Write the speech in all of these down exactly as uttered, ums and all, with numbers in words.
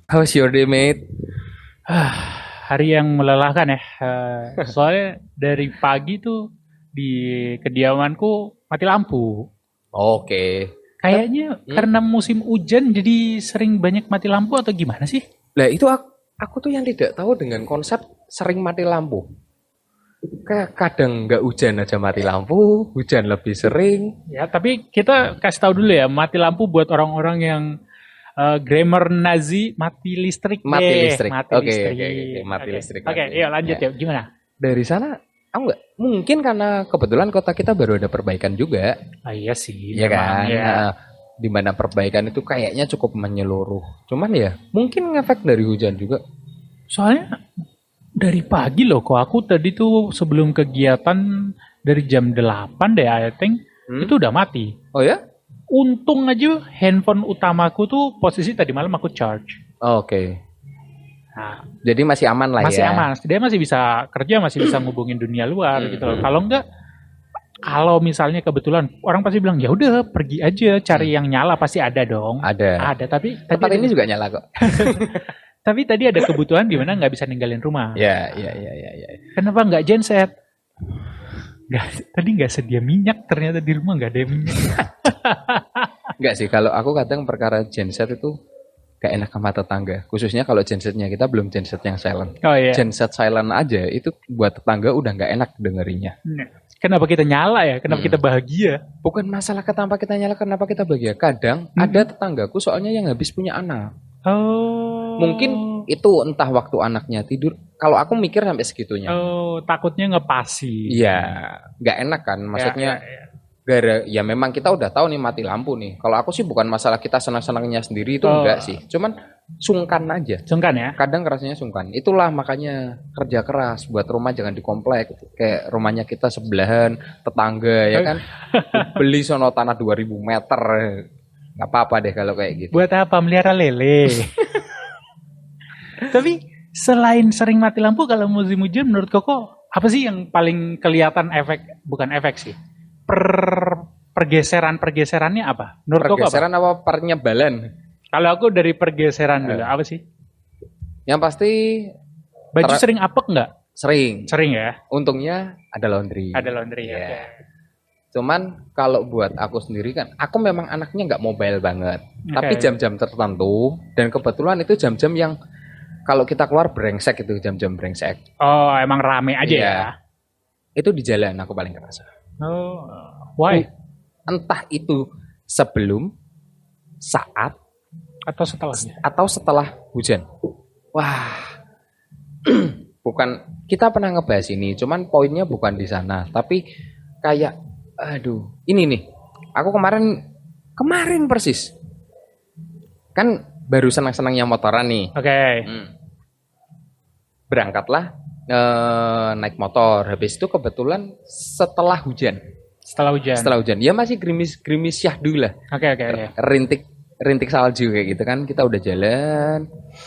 How's your day, mate? Ah, hari yang melelahkan ya. Eh, soalnya dari pagi tuh di kediamanku mati lampu. Oke. Tap, Kayaknya hmm? karena musim hujan jadi sering banyak mati lampu atau gimana sih? Lah itu aku, aku tuh yang tidak tahu dengan konsep sering mati lampu. Kayak kadang nggak hujan aja mati lampu, hujan lebih sering. Ya, tapi kita kasih tahu dulu ya, mati lampu buat orang-orang yang eh, grammar Nazi mati listrik Mati deh, listrik. mati Oke, oke, oke, oke. listrik. Mati Oke, listrik oke, lagi. yuk lanjut Ya. ya. Gimana? Dari sana, aku nggak mungkin karena kebetulan kota kita baru ada perbaikan juga, Ah, iya sih, ya memang kan? ya. Nah, di mana perbaikan itu kayaknya cukup menyeluruh. Cuman ya, mungkin ngefek dari hujan juga. Soalnya dari pagi loh, kok aku tadi tuh sebelum kegiatan dari jam delapan deh, I think, Hmm? itu udah mati. Oh ya? Untung aja handphone utamaku tuh posisi tadi malam aku charge. Oke. Nah, Jadi masih aman lah masih ya. aman. Dia masih bisa kerja, masih bisa ngubungin dunia luar Hmm, gitu loh. hmm. Kalau enggak, kalau misalnya kebetulan orang pasti bilang ya udah pergi aja cari Hmm. yang nyala pasti ada dong. Ada. Ada, tapi tadi Tempat ada, ini juga nyala kok. tapi tadi ada kebutuhan di mana nggak bisa ninggalin rumah. Ya, ya, ya, ya, ya. Kenapa nggak genset? Nggak, tadi nggak sedia minyak, ternyata di rumah nggak ada minyak. Enggak sih, kalau aku kadang perkara genset itu gak enak sama tetangga. Khususnya kalau gensetnya kita belum genset yang silent. Oh iya. Genset silent aja itu buat tetangga udah gak enak dengerinnya. Kenapa kita nyala ya? Kenapa Hmm. kita bahagia? Bukan masalah kenapa kita nyala, kenapa kita bahagia. Kadang Hmm. ada tetanggaku soalnya yang habis punya anak. Oh. Mungkin itu entah waktu anaknya tidur. Kalau aku mikir sampai segitunya. Oh, takutnya ngepasi. Iya, gak enak kan. Maksudnya Ya, ya, ya. gara ya memang kita udah tahu nih mati lampu nih. Kalau aku sih bukan masalah kita senang-senangnya sendiri itu Oh. enggak sih. Cuman sungkan aja. Sungkan ya? Kadang rasanya sungkan. Itulah makanya kerja keras buat rumah jangan di komplek. Kayak rumahnya kita sebelahan, tetangga ya kan. Beli sono tanah dua ribu meter. Nggak apa-apa deh kalau kayak gitu. Buat apa melihara lele? Tapi selain sering mati lampu kalau musim hujan menurut Koko apa sih yang paling kelihatan efek, bukan efek sih, per pergeseran pergeserannya apa? Menurut Koko apa? Pergeseran apa penyebalan? Kalau aku dari pergeseran dulu, Eh. apa sih? Yang pasti Baju Ter- sering apek nggak? sering. Sering ya. Untungnya ada laundry. Ada laundry ya. Iya. Oke. Cuman kalau buat aku sendiri kan, aku memang anaknya nggak mobile banget. Oke. Tapi jam-jam tertentu dan kebetulan itu jam-jam yang kalau kita keluar brengsek itu jam-jam brengsek. Oh, emang rame aja Iya. ya. Itu di jalan aku paling kerasa. Oh, why? Entah itu sebelum, saat, Atau setelahnya? atau setelah hujan. Wah, bukan kita pernah ngebahas ini, cuman poinnya bukan di sana, tapi kayak aduh, ini nih. Aku kemarin kemarin persis. Kan baru senang-senangnya motoran nih. Oke. Hmm. Berangkatlah eh, naik motor. Habis itu kebetulan setelah hujan. Setelah hujan. Setelah hujan. Ya masih gerimis-gerimis syahdu lah. Oke, oke, oke. Rintik rintik salju kayak gitu kan. Kita udah jalan.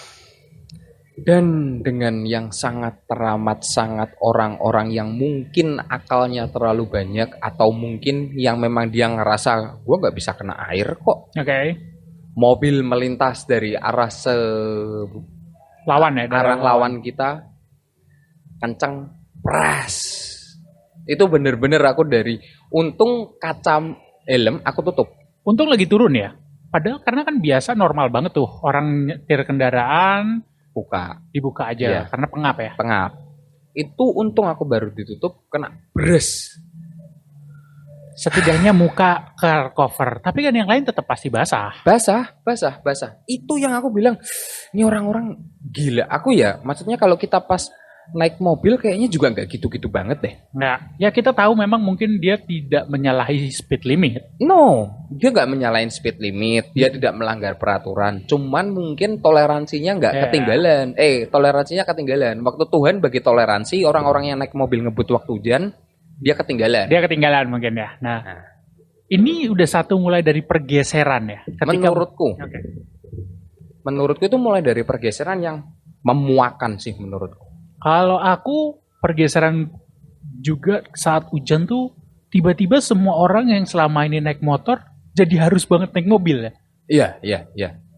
Dan dengan yang sangat teramat sangat orang-orang yang mungkin akalnya terlalu banyak atau mungkin yang memang dia ngerasa gua nggak bisa kena air kok. Oke. Mobil melintas dari arah se Lawan ya, dari arah lawan kita kencang pras. Itu bener-bener aku dari untung kaca helm aku tutup. Untung lagi turun ya. Padahal karena kan biasa normal banget tuh orang nyetir kendaraan Buka dibuka aja Iya. karena pengap ya. pengap. Itu untung aku baru ditutup kena bres. Setidaknya muka ke cover. Tapi kan yang lain tetap pasti basah. Basah, basah, basah. Itu yang aku bilang, ini orang-orang gila. Aku ya, maksudnya kalau kita pas naik mobil kayaknya juga nggak gitu-gitu banget deh. Nah, ya kita tahu memang mungkin dia tidak menyalahi speed limit. No, dia nggak menyalahin speed limit, dia tidak melanggar peraturan. Cuman mungkin toleransinya nggak Ya. ketinggalan. Eh, toleransinya ketinggalan. Waktu Tuhan bagi toleransi, orang-orang yang naik mobil ngebut waktu hujan, dia ketinggalan. Dia ketinggalan mungkin ya. Nah, Nah. ini udah satu mulai dari pergeseran ya. Ketika Menurutku, Oke. menurutku itu mulai dari pergeseran yang memuakan sih menurutku. Kalau aku pergeseran juga saat hujan tuh tiba-tiba semua orang yang selama ini naik motor jadi harus banget naik mobil ya. Iya, iya, iya.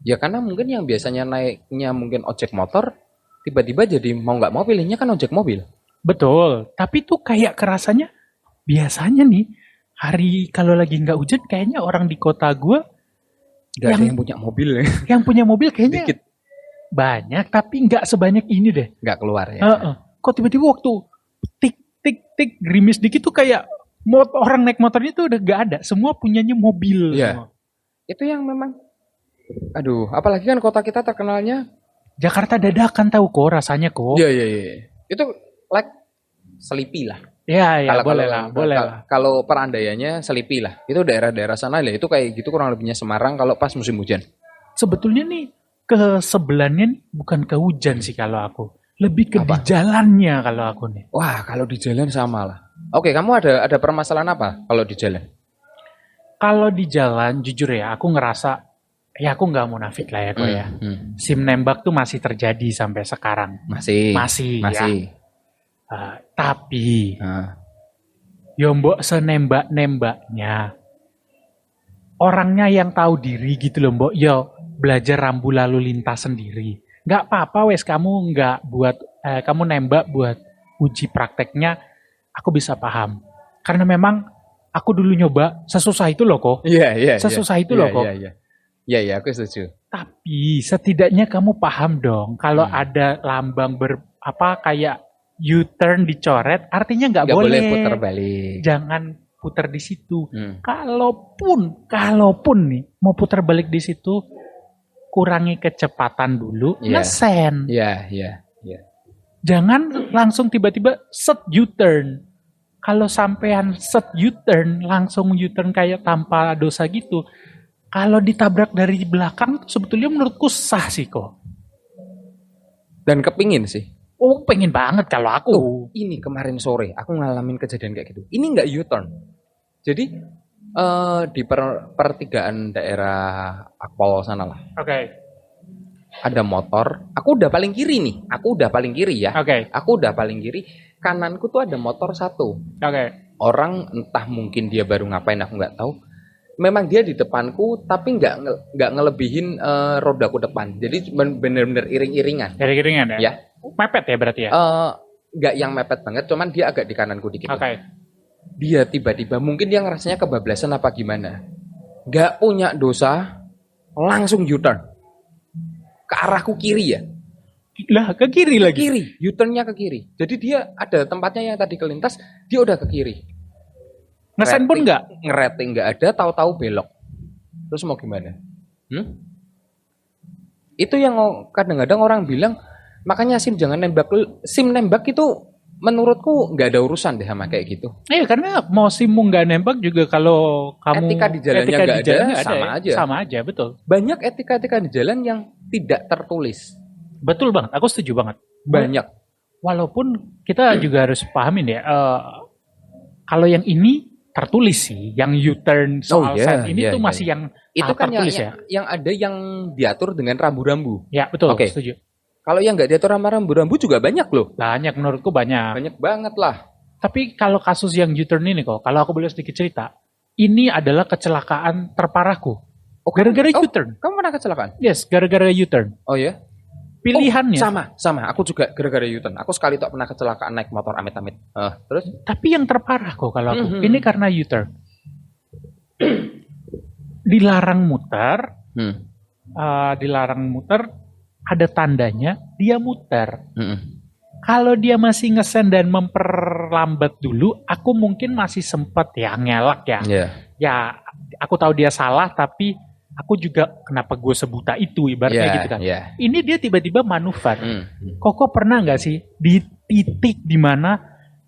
Ya karena mungkin yang biasanya naiknya mungkin ojek motor, tiba-tiba jadi mau nggak mau pilihnya kan ojek mobil. Betul, tapi tuh kayak kerasanya biasanya nih hari kalau lagi nggak hujan kayaknya orang di kota gua Nggak ada yang yang punya mobil ya. yang punya mobil kayaknya Dikit banyak tapi nggak sebanyak ini deh. nggak keluar ya. Heeh. Kok tiba-tiba waktu tik tik tik gerimis dikit tuh kayak mot orang naik motornya tuh udah nggak ada, semua punyanya mobil. Iya. semua. Itu yang memang, aduh, apalagi kan kota kita terkenalnya. Jakarta dadakan tahu kok rasanya kok. Iya iya iya. Itu like Selipi lah. Ya ya Kalau boleh kalau lah, boleh kal- lah. kalau perandaiannya Selipi lah. Itu daerah-daerah sana lah. Itu kayak gitu kurang lebihnya Semarang kalau pas musim hujan. Sebetulnya nih ke sebelahnya nih bukan ke hujan sih kalau aku, lebih ke Apa? di jalannya kalau aku nih. Wah, kalau di jalan sama lah. Oke, kamu ada ada permasalahan apa kalau di jalan? Kalau di jalan jujur ya aku ngerasa ya aku nggak munafik lah ya kok ya. Hmm, hmm. Sim nembak tuh masih terjadi sampai sekarang. Masih. Masih, Masih. ya. Uh, tapi Nah, yo mbok senembak-nembaknya orangnya yang tahu diri gitu loh mbok, yo belajar rambu lalu lintas sendiri. Nggak apa-apa wes kamu nggak buat eh, kamu nembak buat uji prakteknya, aku bisa paham. Karena memang aku dulu nyoba sesusah itu loh kok. Iya, iya, iya. Sesusah itu Iya, loh kok. Iya, iya. Iya, iya, aku setuju. Tapi setidaknya kamu paham dong kalau Hmm. ada lambang ber apa kayak U-turn dicoret, artinya nggak Nggak boleh boleh. putar balik. Jangan putar di situ. Hmm. Kalaupun, kalaupun nih mau putar balik di situ, kurangi kecepatan dulu, Iya. ngesen. Iya, iya, iya. Jangan langsung tiba-tiba set U-turn. Kalau sampean set U-turn, langsung U-turn kayak tanpa dosa gitu. Kalau ditabrak dari belakang, sebetulnya menurutku sah sih kok. Dan kepingin sih. Oh, pengen banget kalau aku. Tuh, ini kemarin sore aku ngalamin kejadian kayak gitu. Ini nggak U-turn. Jadi eh, di per- pertigaan daerah Akpol sana lah. Oke, Ada motor. Aku udah paling kiri nih. Aku udah paling kiri ya. oke, Aku udah paling kiri. Kananku tuh ada motor satu. oke. Orang entah mungkin dia baru ngapain aku nggak tahu. Memang dia di depanku tapi nggak nge- nggak ngelebihin eh, rodaku depan. Jadi ben- bener-bener iring-iringan. Dari kiringan ya? Ya. Mepet ya berarti ya? Eh, nggak yang mepet banget. Cuman dia agak di kananku dikit. Oke. Dia tiba-tiba mungkin dia ngerasanya kebablasan apa gimana, nggak punya dosa, langsung U-turn ke arahku kiri ya, Lah, ke kiri lagi. kiri, U-turnnya ke kiri. Jadi dia ada tempatnya yang tadi kelintas, dia udah ke kiri. Ngesen pun Rating- nggak? Ngerating nggak ada, tahu-tahu belok. Terus mau gimana? Hmm? Itu yang kadang-kadang orang bilang, makanya SIM jangan nembak. SIM nembak itu menurutku nggak ada urusan deh sama kayak gitu. Iya, karena mau simu nggak nembak juga kalau kamu Etika di jalannya etika nggak di ada, jalan nggak sama ya. aja. Sama aja, betul. Banyak etika-etika di jalan yang tidak tertulis. Betul banget, aku setuju banget. Banyak. Walaupun kita juga harus pahamin ya, eh, kalau yang ini tertulis sih, yang U-turn soal Oh, iya, sign ini iya, tuh iya. masih yang Itu ah, kan yang, tertulis ya. yang, yang ada yang diatur dengan rambu-rambu. Ya, betul, Oke. setuju. Kalau yang nggak diatur sama rambu-rambu juga banyak loh. Banyak menurutku banyak. Banyak banget lah. Tapi kalau kasus yang U-turn ini kok, kalau aku boleh sedikit cerita, ini adalah kecelakaan terparahku. Oh, Gara-gara oh, U-turn. Kamu pernah kecelakaan? Yes, gara-gara U-turn. Oh ya? Pilihannya. Oh, sama, sama. Aku juga gara-gara U-turn. Aku sekali tak pernah kecelakaan naik motor amit-amit. Eh, terus? Tapi yang terparah kok kalau aku, Mhm. ini karena U-turn. Dilarang muter, Hmm. eh, dilarang muter, ada tandanya dia muter. Mm-mm. Kalau dia masih ngesen dan memperlambat dulu, aku mungkin masih sempat ya ngelak ya. Iya. Ya, aku tahu dia salah, tapi aku juga kenapa gue sebuta itu ibaratnya Iya, gitu kan. iya. Ini dia tiba-tiba manuver. Hmm, hmm. Koko pernah nggak sih di titik dimana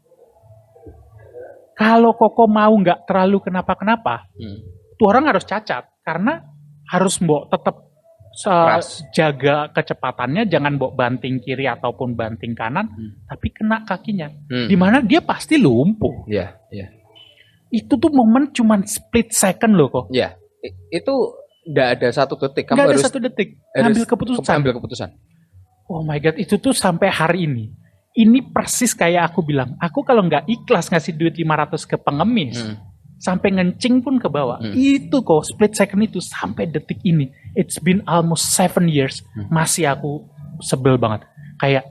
kalau Koko mau nggak terlalu kenapa-kenapa, Hmm. tuh orang harus cacat karena harus mbok tetap se- Keras. jaga kecepatannya, jangan mbok banting kiri ataupun banting kanan, Hmm. tapi kena kakinya. Hmm. Dimana dia pasti lumpuh. Iya, iya. Itu tuh momen cuman split second loh kok. Iya. I- Itu nggak ada satu detik. Kamu Nggak ada harus satu detik harus ngambil keputusan. ambil keputusan. Oh my god, itu tuh sampai hari ini. Ini persis kayak aku bilang, aku kalau nggak ikhlas ngasih duit lima ratus ke pengemis, Hmm. sampai ngencing pun ke bawah. Hmm. Itu kok split second itu sampai detik ini. It's been almost seven years, Hmm. masih aku sebel banget. Kayak,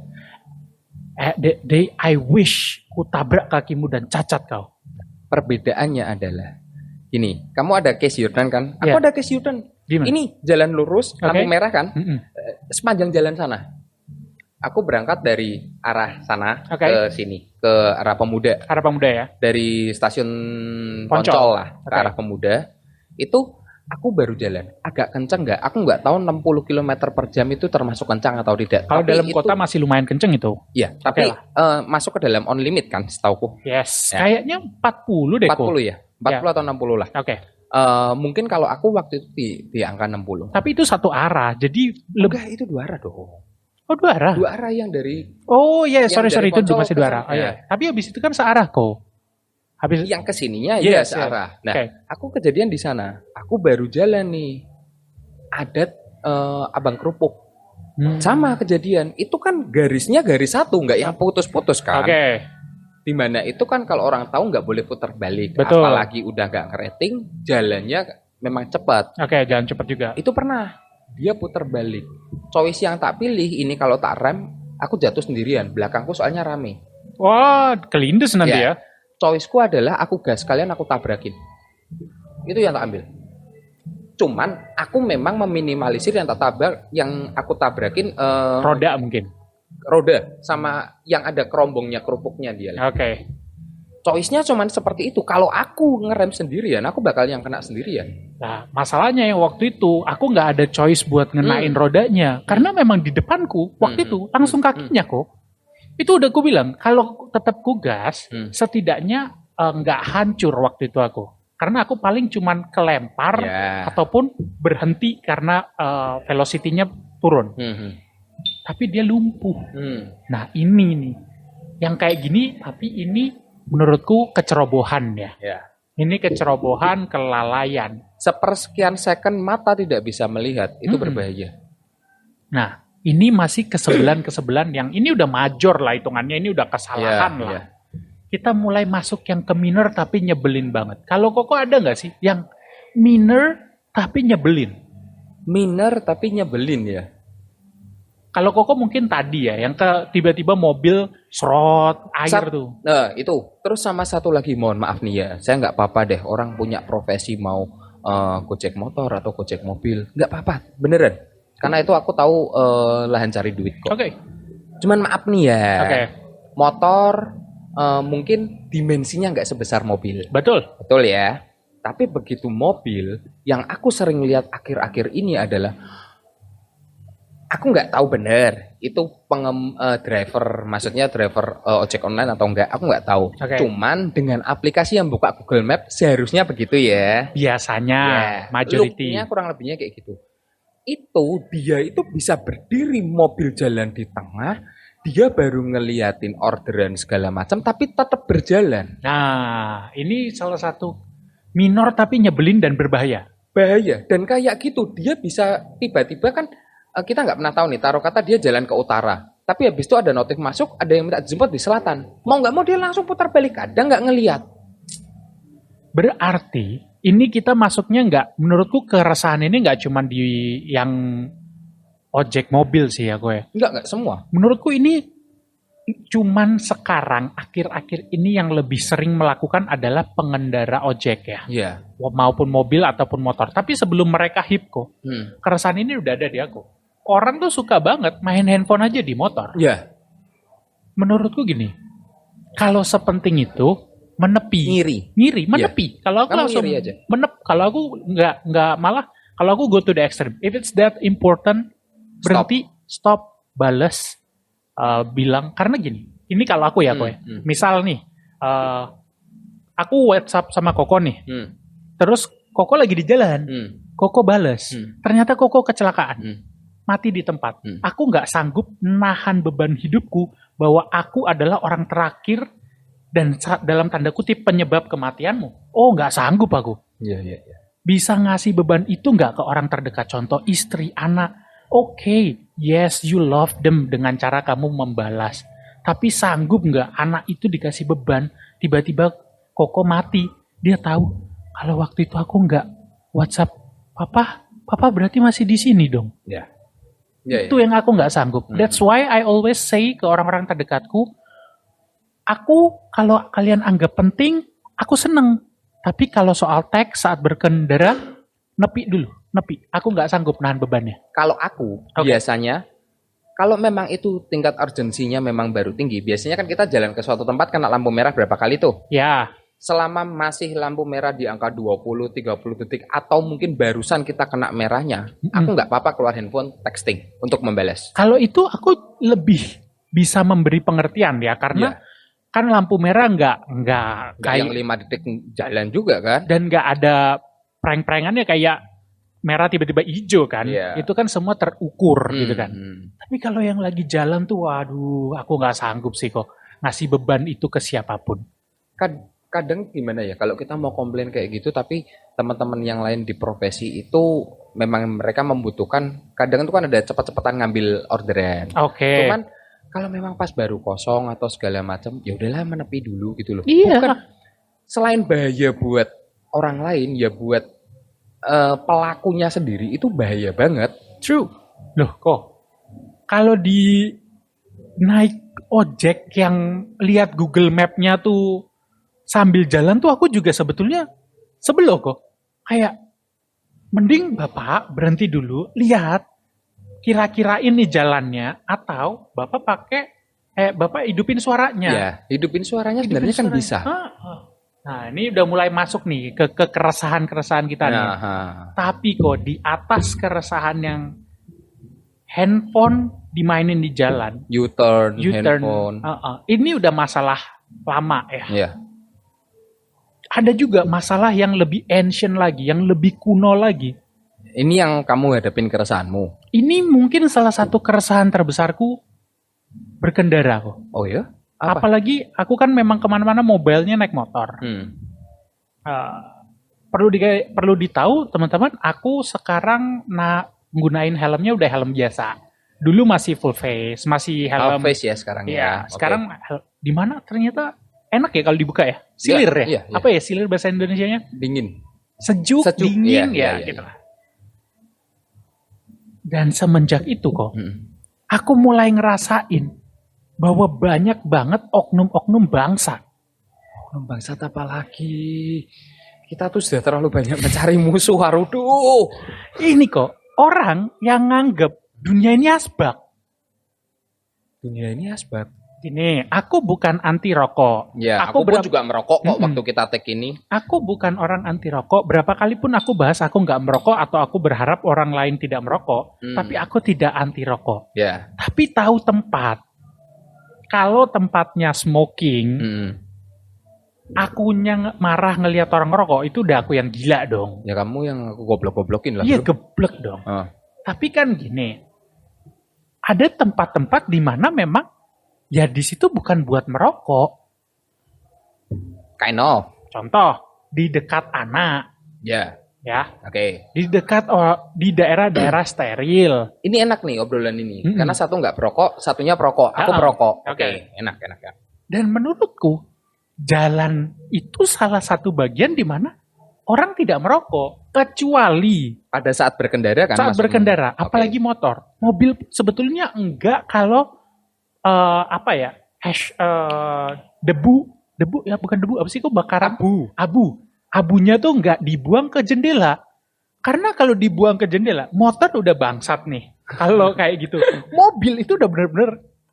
eh, they, they- I wish ku tabrak kakimu dan cacat kau. Perbedaannya adalah gini, kamu ada case U-turn kan? Aku Iya. ada case U-turn. Gimana? Ini jalan lurus, lampu Oke. merah kan? Mm-mm. Eh, Sepanjang jalan sana. Aku berangkat dari arah sana Oke. ke sini, ke arah Pemuda. Arah Pemuda ya. Dari stasiun Poncol. Poncol lah ke Oke. arah Pemuda. Itu aku baru jalan. Agak kenceng nggak? Aku nggak tahu enam puluh kilometer per jam itu termasuk kencang atau tidak. Kalau Tapi dalam itu- kota masih lumayan kenceng itu. ya, tapi lah. eh, masuk ke dalam on limit kan, setauku. Yes. Ya. Kayaknya empat puluh deh empat kok. puluh ya? empat puluh atau enam puluh lah. Oke. Eh, mungkin kalau aku waktu itu di, di angka enam puluh. Tapi itu satu arah. Jadi lebih. Enggak, itu dua arah dong. Oh dua arah. Dua arah yang dari Oh iya, Yang sorry sorry dari itu Poncol masih ke dua sana. arah. Oh iya. Ya. Tapi habis itu kan searah kok. Habis. yang kesininya Yes, ya yes. searah. Nah, Oke. aku kejadian di sana. Aku baru jalan nih. Ada eh, abang kerupuk. Hmm. Sama kejadian. Itu kan garisnya garis satu, nggak yang putus-putus kan. Oke. Dimana itu kan kalau orang tahu nggak boleh putar balik. Betul. Apalagi udah nggak ngerating, jalannya memang cepat. Oke, jangan cepat juga. Itu pernah. Dia putar balik. Choice yang tak pilih ini kalau tak rem, aku jatuh sendirian. Belakangku soalnya rame. Wah, kelindes nanti Ya. ya. Choiceku adalah aku gas, kalian aku tabrakin. Itu yang tak ambil. Cuman aku memang meminimalisir yang tak tabrak, yang aku tabrakin eh, Roda mungkin. roda sama yang ada kerombongnya kerupuknya dia. Oke. Choice-nya cuman seperti itu. Kalau aku ngerem sendirian, aku bakal yang kena sendirian. Nah, masalahnya yang waktu itu aku nggak ada choice buat ngenain Hmm. rodanya karena memang di depanku waktu Hmm. itu langsung Hmm. kakinya kok. Itu udah aku bilang kalau tetap ku gas, Hmm. setidaknya eh, nggak hancur waktu itu aku. Karena aku paling cuman kelempar Ya. ataupun berhenti karena eh, velocity-nya turun. Hmm, hmm, Tapi dia lumpuh. hmm. Nah ini nih, yang kayak gini tapi ini menurutku kecerobohan ya. Ya. Ini kecerobohan, kelalaian. Sepersekian second mata tidak bisa melihat, itu Mm-mm. berbahaya. Nah, ini masih kesebelan-kesebelan yang ini udah major lah hitungannya, ini udah kesalahan Ya, lah. ya. Kita mulai masuk yang ke minor tapi nyebelin banget. Kalau Koko ada nggak sih yang minor tapi nyebelin? Minor tapi nyebelin ya. Kalau Koko mungkin tadi ya, yang ke tiba-tiba mobil serot air Sat- tuh. Nah itu, terus sama satu lagi, mohon maaf nih ya, saya nggak apa-apa deh, orang punya profesi mau eh, gojek motor atau gojek mobil, nggak apa-apa, beneran. Karena itu aku tahu eh, lahan cari duit kok. Oke, Cuman maaf nih ya, oke, motor eh, mungkin dimensinya nggak sebesar mobil, betul. betul ya. Tapi begitu mobil, yang aku sering lihat akhir-akhir ini adalah aku nggak tahu bener itu pengem eh, driver, maksudnya driver eh, ojek online atau enggak, aku nggak tahu. Oke. Cuman dengan aplikasi yang buka Google Map seharusnya begitu ya. Biasanya Ya, majority. look-nya kurang lebihnya kayak gitu. Itu dia itu bisa berdiri mobil jalan di tengah, dia baru ngeliatin orderan segala macam, tapi tetap berjalan. Nah, ini salah satu minor tapi nyebelin dan berbahaya. Bahaya. Dan kayak gitu dia bisa tiba-tiba kan eh, kita nggak pernah tahu nih, taruh kata dia jalan ke utara, tapi habis itu ada notif masuk, ada yang minta jemput di selatan, mau nggak mau dia langsung putar balik, kadang nggak ngelihat. Berarti ini kita masuknya nggak, menurutku keresahan ini nggak cuma di yang ojek mobil sih ya gue. Nggak nggak semua. Menurutku ini cuman sekarang akhir-akhir ini yang lebih sering melakukan adalah pengendara ojek ya, Iya. maupun mobil ataupun motor. Tapi sebelum mereka hip kok, Hmm. keresahan ini udah ada di aku. Orang tuh suka banget main handphone aja di motor. Iya. Menurutku gini, kalau sepenting itu menepi, Ngiri. ngiri, menepi. Kalau aku Kamu langsung ngiri aja. menep, kalau aku nggak nggak malah, kalau aku go to the extreme. If it's that important, berhenti, stop, bales, uh, bilang. Karena gini, ini kalau aku ya, Hmm, kowe. hmm. Misal nih, uh, aku WhatsApp sama Koko nih, Hmm. terus Koko lagi di jalan, Hmm. Koko bales. Hmm. Ternyata Koko kecelakaan, Hmm. mati di tempat. Hmm. Aku nggak sanggup nahan beban hidupku bahwa aku adalah orang terakhir dan sa- dalam tanda kutip penyebab kematianmu. Oh, nggak sanggup aku. Iya, iya, iya. Bisa ngasih beban itu nggak ke orang terdekat? Contoh istri, anak. Oke, yes, you love them dengan cara kamu membalas. Tapi sanggup nggak anak itu dikasih beban, tiba-tiba Koko mati. Dia tahu kalau waktu itu aku nggak WhatsApp, papa, Papa berarti masih di sini dong. Ya. Ya, Itu ya. yang aku nggak sanggup. Hmm. That's why I always say ke orang-orang terdekatku, aku kalau kalian anggap penting, aku seneng. Tapi kalau soal teks saat berkendara, nepi dulu, nepi. Aku nggak sanggup nahan bebannya. Kalau aku Oke. biasanya kalau memang itu tingkat urgensinya memang baru tinggi, biasanya kan kita jalan ke suatu tempat kena lampu merah berapa kali tuh? Ya, Selama masih lampu merah di angka dua puluh tiga puluh detik atau mungkin barusan kita kena merahnya, aku nggak apa-apa keluar handphone texting untuk membalas. kalau itu aku lebih bisa memberi pengertian ya, karena Iya. kan lampu merah nggak nggak Nggak yang kayak lima detik jalan juga kan? dan nggak ada prank-prankannya kayak merah tiba-tiba hijau kan. Iya. Itu kan semua terukur Hmm, gitu kan. hmm. Tapi kalau yang lagi jalan tuh, waduh, aku nggak sanggup sih kok ngasih beban itu ke siapapun. Kad- Kadang gimana ya, kalau kita mau komplain kayak gitu, tapi teman-teman yang lain di profesi itu memang mereka membutuhkan, kadang itu kan ada cepat-cepatan ngambil orderan. Oke. Cuman kalau memang pas baru kosong atau segala macam, ya udahlah menepi dulu gitu loh. Iya. Bukan selain bahaya buat orang lain, ya buat eh, pelakunya sendiri itu bahaya banget. True. Loh kok kalau di naik ojek yang lihat Google Map-nya tuh sambil jalan tuh aku juga sebetulnya sebel loh kok. Kayak mending Bapak berhenti dulu, lihat kira-kira ini jalannya, atau Bapak pakai eh Bapak hidupin suaranya. Ya, hidupin suaranya Hidupin sebenarnya kan suaranya. bisa. Ah, ah. Nah, ini udah mulai masuk nih ke ke keresahan-keresahan kita nih. Nah, ha. Tapi kok di atas keresahan yang handphone dimainin di jalan, U-turn, U-turn, handphone. uh, uh, ini udah masalah lama ya. Ya, Ada juga masalah yang lebih ancient lagi, yang lebih kuno lagi. ini yang kamu hadapin keresahanmu. Ini mungkin salah satu keresahan terbesarku berkendara kok. Oh ya? Apa? Apalagi aku kan memang kemana-mana mobilnya naik motor. Hmm. Uh, perlu di, perlu ditahu teman-teman, aku sekarang na gunain helmnya udah helm biasa. Dulu masih full face, masih helm. Half face ya sekarang Iya, ya. Oke. sekarang hel- di mana ternyata enak ya kalau dibuka ya. Silir Iya, ya? iya, iya. Apa ya silir bahasa Indonesianya? Dingin. Sejuk, Sejuk, dingin iya, ya iya, gitu iya. lah. Dan semenjak itu kok, Hmm. aku mulai ngerasain bahwa banyak banget oknum-oknum bangsa. Oh, bangsat apa lagi? Kita tuh sudah terlalu banyak mencari musuh, Harudu. Ini kok orang yang nganggep dunia ini asbak. Dunia ini asbak. Ini aku bukan anti rokok. Ya, Aku aku, pun berapa- juga merokok kok Mm-mm. waktu kita tag ini. Aku bukan orang anti rokok. Berapa kali pun aku bahas aku nggak merokok atau aku berharap orang lain tidak merokok. Hmm. Tapi aku tidak anti rokok. Ya. Tapi tahu tempat. Kalau tempatnya smoking, Hmm. akunya nge- marah ngelihat orang ngerokok, itu udah aku yang gila dong. Ya kamu yang aku goblok-goblokin lah. Iya bro. geblek dong. Ah. Tapi kan gini, ada tempat-tempat di mana memang ya di situ bukan buat merokok. Kind of. Contoh di dekat anak, Ya. ya, Oke. di dekat oh, di daerah-daerah steril. Ini enak nih obrolan ini. Mm-mm. Karena satu nggak perokok, satunya perokok. Aku Ah, perokok. oke. Oke, enak, enak ya. Dan menurutku jalan itu salah satu bagian di mana orang tidak merokok, kecuali Pada saat berkendara kan saat maksudmu? berkendara, Oke. apalagi motor. Mobil sebetulnya enggak kalau eh, apa ya, hash, eh, debu, debu ya bukan debu, apa sih kok bakaran? Abu. Abu. Abunya tuh enggak dibuang ke jendela. Karena kalau dibuang ke jendela, motor udah bangsat nih. Kalau kayak gitu, mobil itu udah bener-bener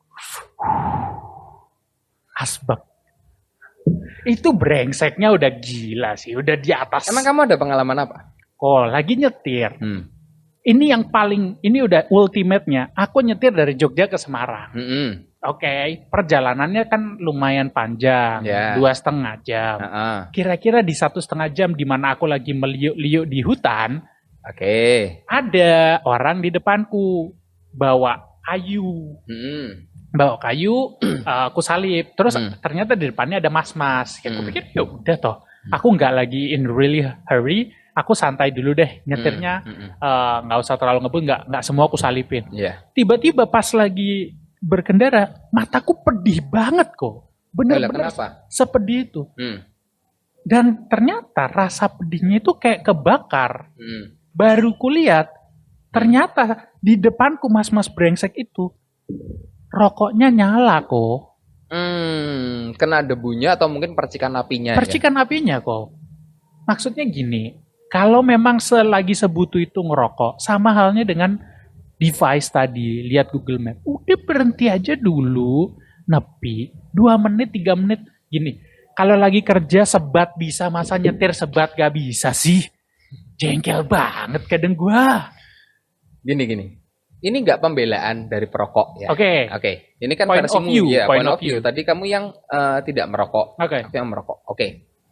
asbak. Itu brengseknya udah gila sih, udah di atas. Emang kamu ada pengalaman apa? Kok lagi nyetir. Hmm. Ini yang paling, ini udah ultimate-nya. Aku nyetir dari Jogja ke Semarang. Mm-mm. Oke, perjalanannya kan lumayan panjang, Ya. dua setengah jam. Ah-ah. Kira-kira di satu setengah jam di mana aku lagi meliuk-liuk di hutan, Oke. ada orang di depanku bawa kayu, Mm-mm. bawa kayu, eh, aku salip. Terus Hmm. ternyata di depannya ada mas-mas. Aku Hmm. pikir ya udah toh, aku nggak lagi in really hurry. Aku santai dulu deh nyetirnya, Mm, mm, mm. eh, nggak usah terlalu ngebut, nggak nggak semua aku salipin. Iya. Tiba-tiba pas lagi berkendara, mataku pedih banget kok, Lah, bener-bener kenapa? sepedih itu. Hmm. Dan ternyata rasa pedihnya itu kayak kebakar. Hmm. Baru kulihat, ternyata di depanku mas-mas brengsek itu, rokoknya nyala kok. Hmm, kena debunya atau mungkin percikan apinya ya? Percikan apinya kok. Maksudnya gini, kalau memang selagi sebutu itu ngerokok, sama halnya dengan device tadi, lihat Google Map, udah berhenti aja dulu, nepi, dua menit, tiga menit, gini. Kalau lagi kerja sebat bisa, masa nyetir sebat gak bisa sih? Jengkel banget kadang gua. Gini gini. Ini nggak pembelaan dari perokok ya. Oke. Oke. Ini kan Point versimu of view, ya, point point of of view. view. Tadi kamu yang eh, tidak merokok, Oke. aku yang merokok. Oke.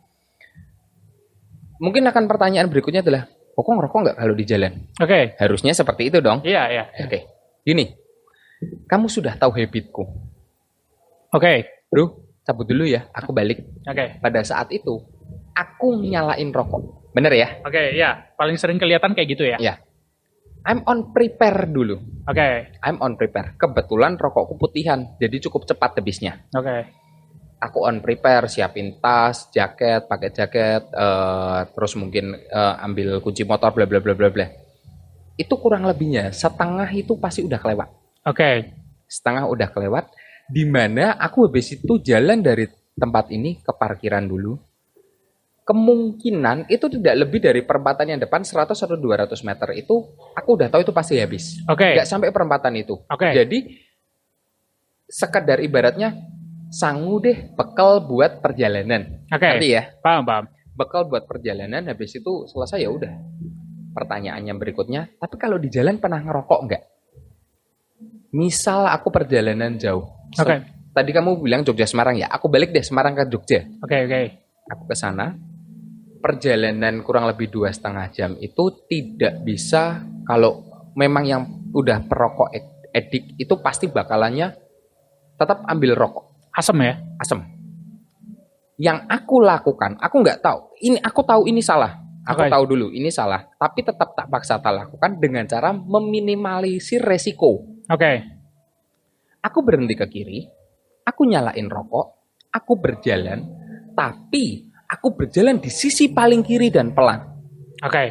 Mungkin akan pertanyaan berikutnya adalah, kok ngerokok nggak kalau di jalan? Oke. Harusnya seperti itu dong. Iya, iya. Oke. Gini. Kamu sudah tahu habitku. Oke. Bro, cabut dulu ya. Aku balik. Oke. Pada saat itu, aku nyalain rokok. Bener ya? Oke, ya. Paling sering kelihatan kayak gitu ya. Ya. I'm on prepare dulu. Oke. I'm on prepare. Kebetulan rokokku putihan, jadi cukup cepat habisnya. Oke. Aku on prepare, siapin tas, jaket, pakai jaket, eh, terus mungkin eh, ambil kunci motor, bla bla bla bla bla. Itu kurang lebihnya setengah itu pasti udah kelewat. Oke. Setengah udah kelewat. Di mana aku habis itu jalan dari tempat ini ke parkiran dulu. Kemungkinan itu tidak lebih dari perempatan yang depan seratus atau dua ratus meter itu aku udah tahu itu pasti habis. Oke. Nggak sampai perempatan itu. Oke. Jadi sekedar ibaratnya sangu deh bekal buat perjalanan. Oke. Nanti ya, Paham, paham. bekal buat perjalanan habis itu selesai ya udah. Pertanyaannya berikutnya, tapi kalau di jalan pernah ngerokok nggak? Misal aku perjalanan jauh. So, Oke. tadi kamu bilang Jogja Semarang ya, aku balik deh Semarang ke Jogja. Oke, oke. Aku ke sana. Perjalanan kurang lebih dua setengah jam itu tidak bisa, kalau memang yang udah perokok edik itu pasti bakalannya tetap ambil rokok Asem ya? asam. Yang aku lakukan, aku nggak tahu. Ini aku tahu ini salah. Aku Oke. tahu dulu ini salah. Tapi tetap tak paksa tak lakukan dengan cara meminimalisir resiko. Oke. Aku berhenti ke kiri, aku nyalain rokok, aku berjalan, tapi aku berjalan di sisi paling kiri dan pelan. Oke.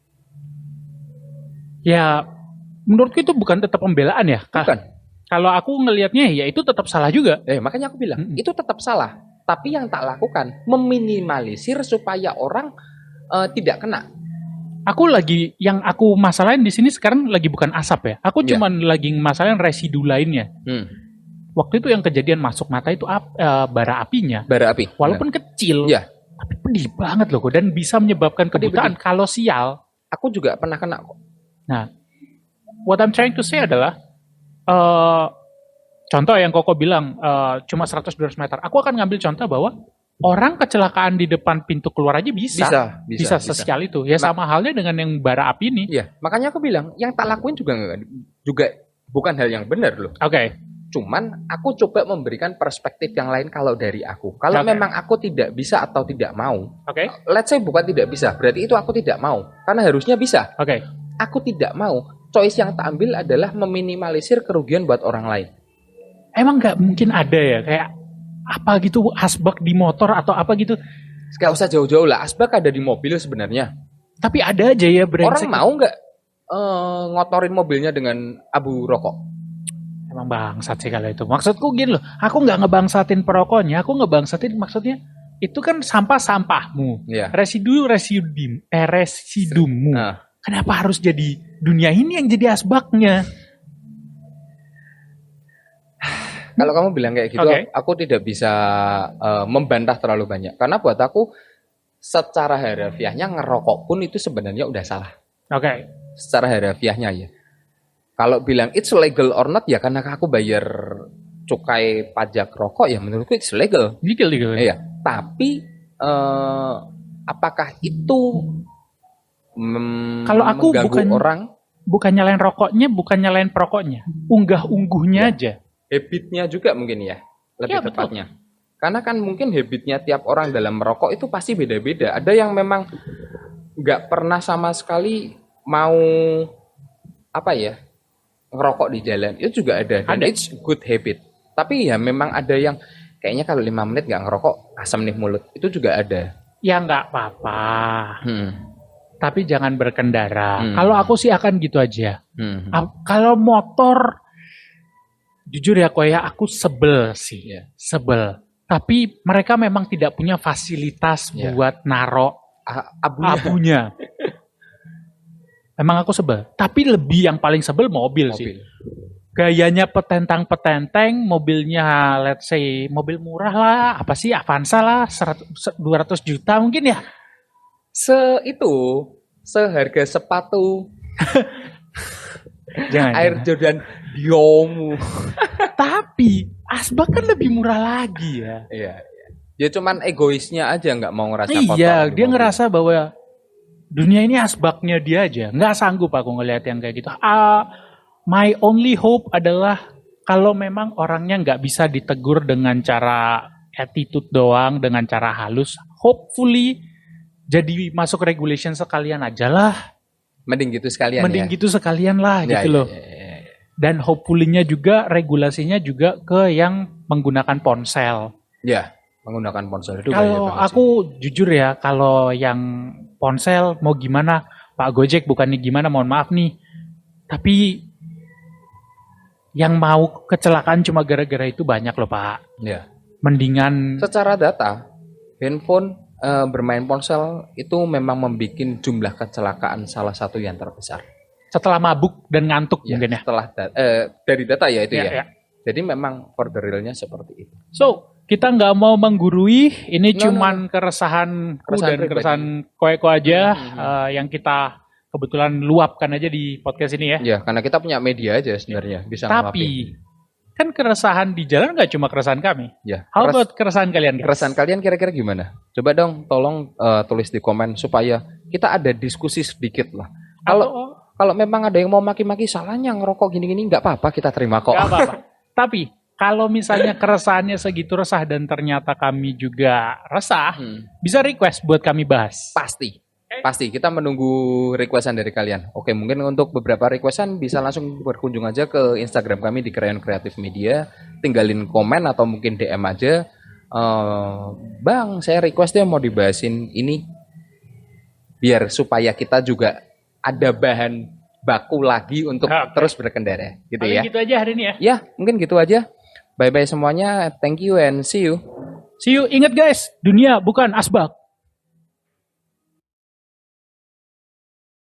Ya, menurutku itu bukan tetap pembelaan ya. Ka- Bukan. Kalau aku ngelihatnya ya itu tetap salah juga. Eh, makanya aku bilang, Mm-mm. itu tetap salah. Tapi yang tak lakukan, meminimalisir supaya orang eh, tidak kena. Aku lagi yang aku masalahin di sini sekarang lagi bukan asap ya. Aku Iya. cuman lagi masalahin residu lainnya. Hmm. Waktu itu yang kejadian masuk mata itu ap- eh, bara apinya, Bara api. walaupun kecil, Iya. tapi pedih banget loh, dan bisa menyebabkan Pedih, kebutaan kalau sial. Aku juga pernah kena kok. What I'm trying to say adalah, eh contoh yang Koko bilang eh, cuma seratus dua ratus meter. Aku akan ngambil contoh bahwa orang kecelakaan di depan pintu keluar aja bisa. Bisa, Bisa, bisa, bisa. sesial itu. Ya Ma- sama halnya dengan yang bara api ini. Iya, makanya aku bilang yang tak lakuin juga nggak- juga bukan hal yang benar loh. Oke, Cuman aku coba memberikan perspektif yang lain kalau dari aku. Kalau Oke. memang aku tidak bisa atau tidak mau, oke, let's say bukan tidak bisa, berarti itu aku tidak mau. Karena harusnya bisa. oke. Aku tidak mau. Choice yang tak ambil adalah meminimalisir kerugian buat orang lain. Emang nggak mungkin ada ya kayak apa gitu asbak di motor atau apa gitu. Gak usah jauh-jauh lah, asbak ada di mobil sebenarnya. Tapi ada aja ya brengsek. Orang mau nggak eh, ngotorin mobilnya dengan abu rokok? Emang bangsat sih kalau itu. Maksudku gini loh, aku nggak ngebangsatin perokoknya, aku ngebangsatin maksudnya itu kan sampah-sampahmu. Iya. Residu residu eh residumu. Nah, Kenapa harus jadi dunia ini yang jadi asbaknya? kalau kamu bilang kayak gitu, Oke. aku tidak bisa eh, membantah terlalu banyak. Karena buat aku, secara harafiahnya ngerokok pun itu sebenarnya udah salah. Oke, Secara harafiahnya ya. Kalau bilang it's legal or not, ya karena aku bayar cukai pajak rokok, ya menurutku it's legal. legal legal. Iya. Tapi eh, apakah itu mem- Kalau aku mengganggu bukan- orang? Bukan nyalain rokoknya, bukan nyalain perokoknya, unggah-ungguhnya Ya. aja. Habitnya juga mungkin ya, lebih Ya, betul. tepatnya. Karena kan mungkin habitnya tiap orang dalam merokok itu pasti beda-beda. Ada yang memang nggak pernah sama sekali mau apa ya ngerokok di jalan, itu juga ada. Dan Ada. it's good habit. Tapi ya memang ada yang kayaknya kalau lima menit nggak ngerokok asam nih mulut, itu juga ada. Ya nggak apa-apa. Hmm. tapi jangan berkendara. Hmm. Kalau aku sih akan gitu aja. Hmm. Ah, kalau motor, jujur ya kok ya, aku sebel sih, Iya. sebel. Tapi mereka memang tidak punya fasilitas Iya. buat narok A- abunya. abunya. Emang aku sebel. Tapi lebih yang paling sebel mobil, sih. Mobil. Gayanya petentang-petenteng, mobilnya let's say mobil murah lah, apa sih Avanza lah, seratus, dua ratus juta mungkin ya. Se itu seharga sepatu Jangan. Air jangan. Jordan Diomu. Tapi asbak kan lebih murah lagi ya. Iya, iya. Dia cuman egoisnya aja nggak mau ngerasa kotor Iya, di dia mobil. ngerasa bahwa dunia ini asbaknya dia aja. Nggak sanggup aku ngelihat yang kayak gitu. Ah, my only hope adalah kalau memang orangnya nggak bisa ditegur dengan cara attitude doang, dengan cara halus, hopefully jadi masuk regulation sekalian aja lah. Mending gitu sekalian Mending ya. gitu sekalian lah Ya, gitu ya, loh. ya, ya, ya. Dan hopefully-nya juga regulasinya juga ke yang menggunakan ponsel. Ya, menggunakan ponsel itu bahaya Kalau banget sih. aku jujur ya, kalau yang ponsel mau gimana, Pak Gojek bukannya gimana, mohon maaf nih. Tapi yang mau kecelakaan cuma gara-gara itu banyak loh Pak. Ya. Mendingan Secara data, handphone eh, bermain ponsel itu memang membuat jumlah kecelakaan salah satu yang terbesar. setelah mabuk dan ngantuk Ya, mungkin ya. setelah da- eh, dari data ya itu Ya, ya. ya. Jadi memang for the real-nya seperti itu. So, kita nggak mau menggurui, ini No, cuman keresahanku Keresahan dan pribadi. keresahan koeko aja Hmm. eh, yang kita kebetulan luapkan aja di podcast ini ya. Ya, karena kita punya media aja sebenarnya bisa ngeluapin. Tapi kan keresahan di jalan nggak cuma keresahan kami. Ya, How keres- about keresahan kalian guys? keresahan kalian kira-kira gimana? Coba dong tolong eh, tulis di komen supaya kita ada diskusi sedikit lah. Kalau Atau- kalau memang ada yang mau maki-maki salahnya ngerokok gini-gini nggak apa-apa, kita terima kok. Gak apa-apa. Tapi kalau misalnya keresahannya segitu resah dan ternyata kami juga resah, Hmm, bisa request buat kami bahas. pasti. Pasti kita menunggu requestan dari kalian. Oke, mungkin untuk beberapa requestan bisa langsung berkunjung aja ke Instagram kami di Krayon Kreatif Media, tinggalin komen atau mungkin D M aja. Eh, Bang, saya request deh mau dibahasin ini biar supaya kita juga ada bahan baku lagi untuk Oke. terus berkendara, gitu Paling ya. gitu aja hari ini ya. Ya, mungkin gitu aja. Bye bye semuanya. Thank you and see you. See you. Ingat guys, dunia bukan asbak.